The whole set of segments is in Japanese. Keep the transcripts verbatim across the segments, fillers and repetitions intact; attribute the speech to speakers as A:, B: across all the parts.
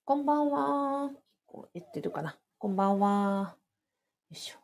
A: こんばんは。こう言ってるかな。こんばんは。よいしょ。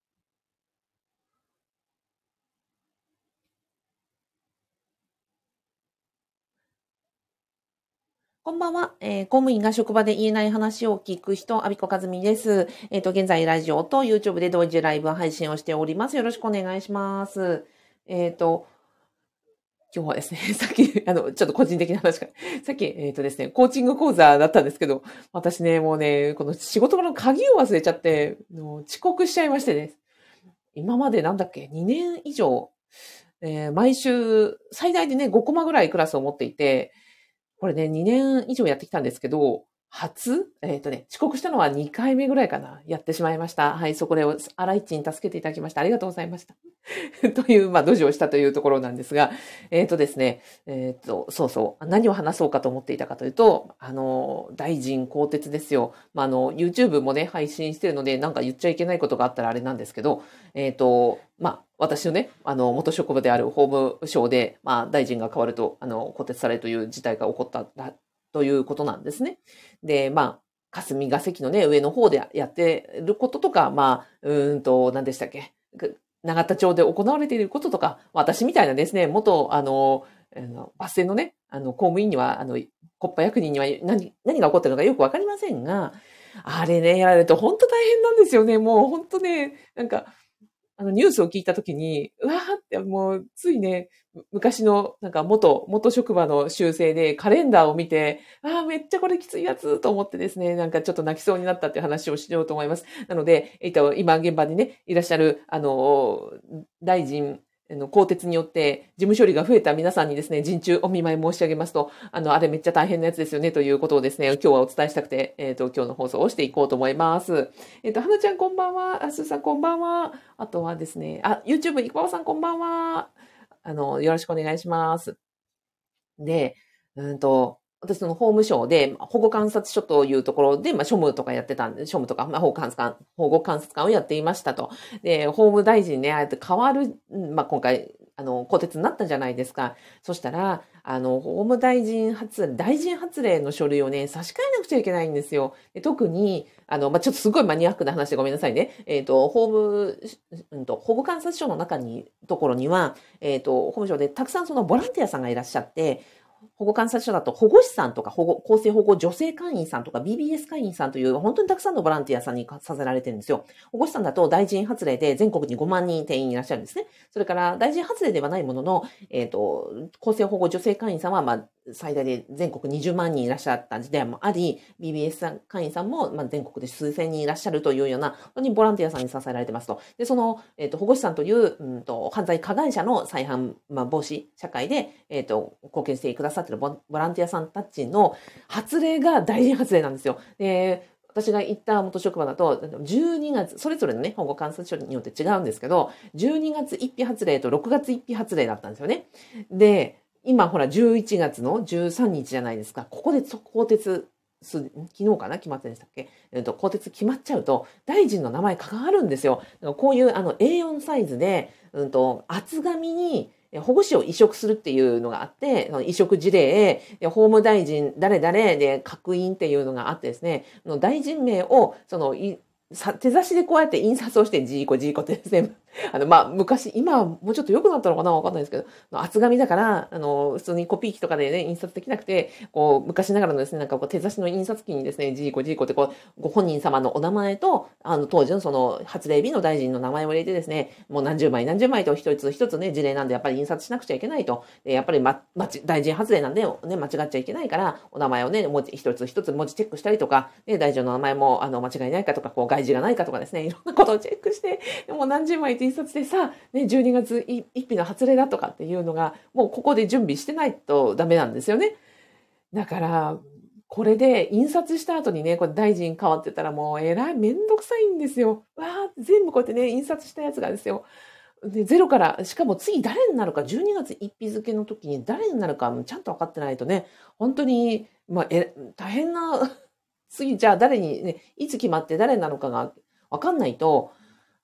A: こんばんは。えー公務員が職場で言えない話を聞く人、阿比子和美です。えっ、と、現在ラジオと YouTube で同時ライブ配信をしております。よろしくお願いします。えっ、と、今日はですね、さっき、あの、ちょっと個人的な話から、さっき、えっ、とですね、コーチング講座だったんですけど、私ね、もうね、この仕事場の鍵を忘れちゃって、もう遅刻しちゃいましてね、今までなんだっけ、にねん以上、えー毎週、最大でね、ごコマぐらいクラスを持っていて、これね、にねん以上やってきたんですけど、初えっ、とね、遅刻したのはにかいめぐらいかな。やってしまいました。はい、そこで、あらいちに助けていただきました。ありがとうございました。という、まあ、土壌をしたというところなんですが、えっ、とですね、えっ、と、そうそう、何を話そうかと思っていたかというと、あの、大臣更迭ですよ。まあ、あの、YouTube もね、配信してるので、なんか言っちゃいけないことがあったらあれなんですけど、えっ、と、まあ、私のね、あの、元職場である法務省で、まあ、大臣が変わると、あの、更迭されるという事態が起こったということなんですね。で、まあ、霞が関のね、上の方でやってることとか、まあ、うーんと、何でしたっけ、永田町で行われていることとか、私みたいなですね、元、あの、あのバス停のね、あの、公務員には、あの、国家役人には何、何が起こってるのかよくわかりませんが、あれね、やられると本当大変なんですよね。もう本当ね、なんか、あの、ニュースを聞いたときに、うわーってもう、ついね、昔の、なんか元、元職場の修正でカレンダーを見て、ああ、めっちゃこれきついやつと思ってですね、なんかちょっと泣きそうになったっていう話をしようと思います。なので、えっと、今現場にね、いらっしゃる、あの、大臣、あの、更迭によって事務処理が増えた皆さんにですね、陣中お見舞い申し上げますと、あの、あれめっちゃ大変なやつですよね、ということをですね、今日はお伝えしたくて、えっと、今日の放送をしていこうと思います。えっと、はなちゃんこんばんは。あすーさんこんばんは。あとはですね、あ、YouTube、いくばばさんこんばんは。あの、よろしくお願いします。で、うんと、私その法務省で保護観察所というところで、まあ、庶務とかやってたんで、庶務とか、まあ、保護観察官、保護観察官をやっていましたと。で、法務大臣ね、ああやって変わる、まあ、今回、あの、更迭になったじゃないですか。そしたら、あの、法務大臣発、大臣発令の書類をね、差し替えなくちゃいけないんですよ。で特に、あの、まあ、ちょっとすごいマニアックな話でごめんなさいね。えっ、と、法務、うんと、保護観察所の中に、ところには、えっ、と、法務省でたくさんそのボランティアさんがいらっしゃって、保護観察所だと保護士さんとか保護、公正保護女性会員さんとか ビービーエス 会員さんという本当にたくさんのボランティアさんにさせられてるんですよ。保護士さんだと大臣発令で全国にごまんにん定員いらっしゃるんですね。それから大臣発令ではないものの、えっ、と、公正保護女性会員さんはまあ最大で全国にじゅうまんにんいらっしゃった時代もあり、ビービーエス 会員さんもまあ全国で数千人いらっしゃるというような、本当にボランティアさんに支えられてますと。で、その、えっ、と、保護士さんという、うんと、犯罪加害者の再犯、まあ、防止社会で、えっ、と、貢献してくださっているボボランティアさんたちの発令が大臣発令なんですよ。で、私が行った元職場だと、じゅうにがつ、それぞれのね、保護観察所によって違うんですけど、じゅうにがついっ日発令とろくがついっ日発令だったんですよね。で、今ほらじゅういちがつのじゅうさんにちじゃないですか。ここで更迭す、昨日かな決まってんでしたっけ、えっと、更迭決まっちゃうと、大臣の名前関わるんですよ。こういうあの エーよん サイズで、うんと、厚紙に保護司を移植するっていうのがあって、移植事例、法務大臣誰々で確認っていうのがあってですね、大臣名を、その、手差しでこうやって印刷をして、ジーコ、ジーコってですね、あの、まあ、昔、今はもうちょっと良くなったのかなわかんないですけど、厚紙だから、あの、普通にコピー機とかでね、印刷できなくて、こう、昔ながらのですね、なんかこう、手差しの印刷機にですね、ジーコ、ジーコってこう、ご本人様のお名前と、あの、当時のその、発令日の大臣の名前を入れてですね、もう何十枚何十枚と一つ一つね、事例なんでやっぱり印刷しなくちゃいけないと。でやっぱりま、まち、大臣発令なんでね、間違っちゃいけないから、お名前をね、文字、一つ一つ文字チェックしたりとか、ね、大臣の名前も、あの、間違いないかとか、こう、外事がないかとかですね、いろんなことをチェックして、もう何十枚と印刷でさ、ね、じゅうにがついっ日の発令だとかっていうのが、もうここで準備してないとダメなんですよね。だから、これで印刷した後にね、これ大臣変わってたらもうえらいめんどくさいんですよ。わあ、全部こうやってね、印刷したやつがですよ。で、ゼロから、しかも次誰になるか、じゅうにがつついたち付の時に誰になるか、ちゃんと分かってないとね、本当に、まあ、え、大変な、次、じゃあ誰にね、いつ決まって誰なのかが分かんないと、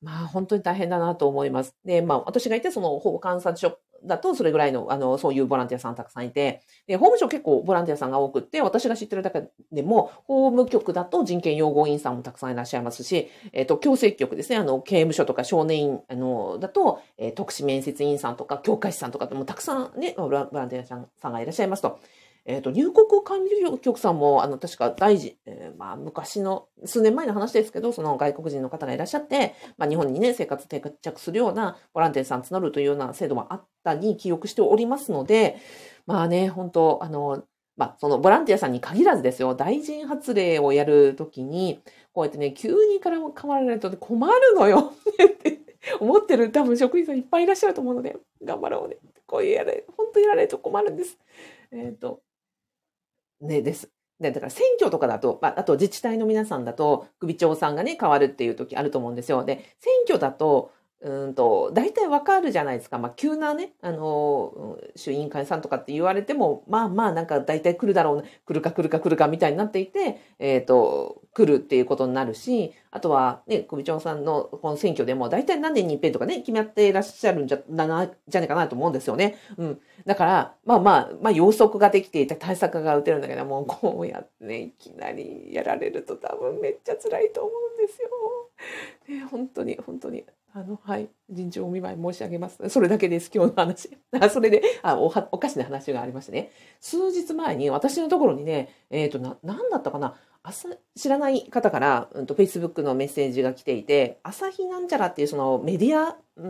A: まあ、本当に大変だなと思います。で、まあ、私がいて、その、保護観察所だと、それぐらいの、あの、そういうボランティアさんたくさんいて、で、法務省結構ボランティアさんが多くって、私が知ってるだけでも、法務局だと人権擁護員さんもたくさんいらっしゃいますし、えっと、矯正局ですね、あの、刑務所とか少年院、あの、だと、えー特殊面接員さんとか、教科士さんとかでもたくさんね、ボラボランティアさんさんがいらっしゃいますと。えっと、入国管理局さんも、あの、確か大臣、えーまあ、昔の、数年前の話ですけど、その外国人の方がいらっしゃって、まあ、日本にね、生活定着するようなボランティアさん募るというような制度もあったに記憶しておりますので、まあね、本当あの、まあ、そのボランティアさんに限らずですよ、大臣発令をやるときに、こうやってね、急にから変わられると困るのよって思ってる多分職員さんいっぱいいらっしゃると思うので、頑張ろうね。こういうやれ、本当やられると困るんです。えっと、ね、です。で、だから選挙とかだと、まあ、あと自治体の皆さんだと、首長さんがね、変わるっていう時あると思うんですよ。で、選挙だと、うーんと、大体わかるじゃないですか。まあ、急なね、あの、うん衆院会さんとかって言われても、まあまあ、なんか大体来るだろうな、来るか来るか来るかみたいになっていて、えっと、来るっていうことになるし、あとはね、首長さんのこの選挙でも大体何年に一遍とかね、決まっていらっしゃるんじゃ、なな、じゃないかなと思うんですよね。うん。だから、まあまあ、まあ予測ができていて対策が打てるんだけども、こうやってね、いきなりやられると多分めっちゃ辛いと思うんですよ。ね、本当に、本当に。あの、はい。人情お見舞い申し上げます。それだけです、今日の話。あ、それで、あ、おは、おかしな話がありましてね。数日前に私のところにね、えっと、な、なんだったかな。朝、知らない方から、うんと、Facebook のメッセージが来ていて、朝日なんちゃらっていうそのメディア、うん、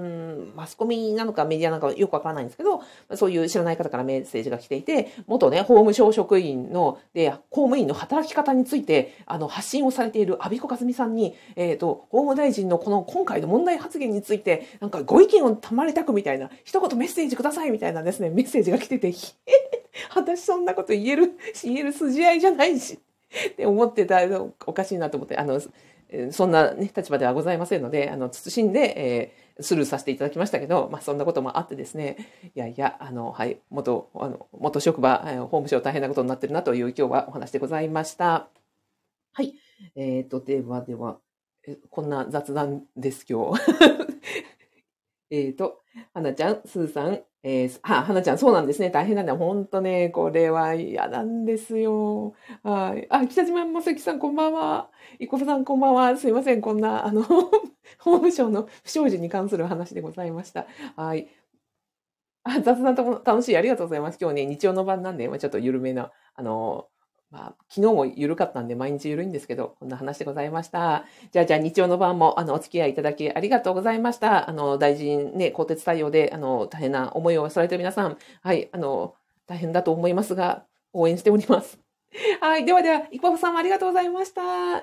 A: マスコミなのかメディアなのかよくわからないんですけど、そういう知らない方からメッセージが来ていて、元ね、法務省職員の、で、公務員の働き方について、あの、発信をされている阿比子和美さんに、えっと、法務大臣のこの今回の問題発言について、なんかご意見を賜りたくみたいな、一言メッセージくださいみたいなですね、メッセージが来てて、私そんなこと言える、言える筋合いじゃないし、って思ってたのおかしいなと思って、あの、えーそんな、ね、立場ではございませんので、あの、謹んで、えースルーさせていただきましたけど、まあ、そんなこともあってですね、いやいや、あの、はい、元、あの、元職場、えー法務省大変なことになってるなという今日はお話でございました。はい。えっと、ではでは、えこんな雑談です、今日。えっと、はなちゃん、すーさん、えー、あ、はなちゃん、そうなんですね。大変なんだ。ほんとね、これは嫌なんですよ。はい。あ、北島正樹さん、こんばんは。いこさん、こんばんは。すいません。こんな、あの、法務省の不祥事に関する話でございました。はい。あ、雑談とも楽しい。ありがとうございます。今日ね、日曜の晩なんで、まあ、ちょっと緩めな、あの、まあ、昨日も緩かったんで、毎日緩いんですけど、こんな話でございました。じゃあ、じゃあ、日曜の晩も、あの、お付き合いいただきありがとうございました。あの、大臣ね、更迭対応で、あの、大変な思いをされている皆さん、はい、あの、大変だと思いますが、応援しております。はい。ではでは、いこさんもありがとうございました。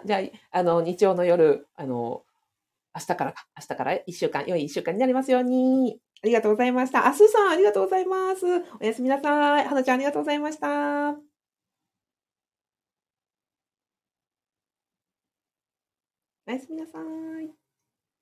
A: じゃあ、あの、日曜の夜、あの、明日からか、明日から一週間、良い一週間になりますように。ありがとうございました。あ、すーさん、ありがとうございます。おやすみなさい。はなちゃん、ありがとうございました。おやすみなさい。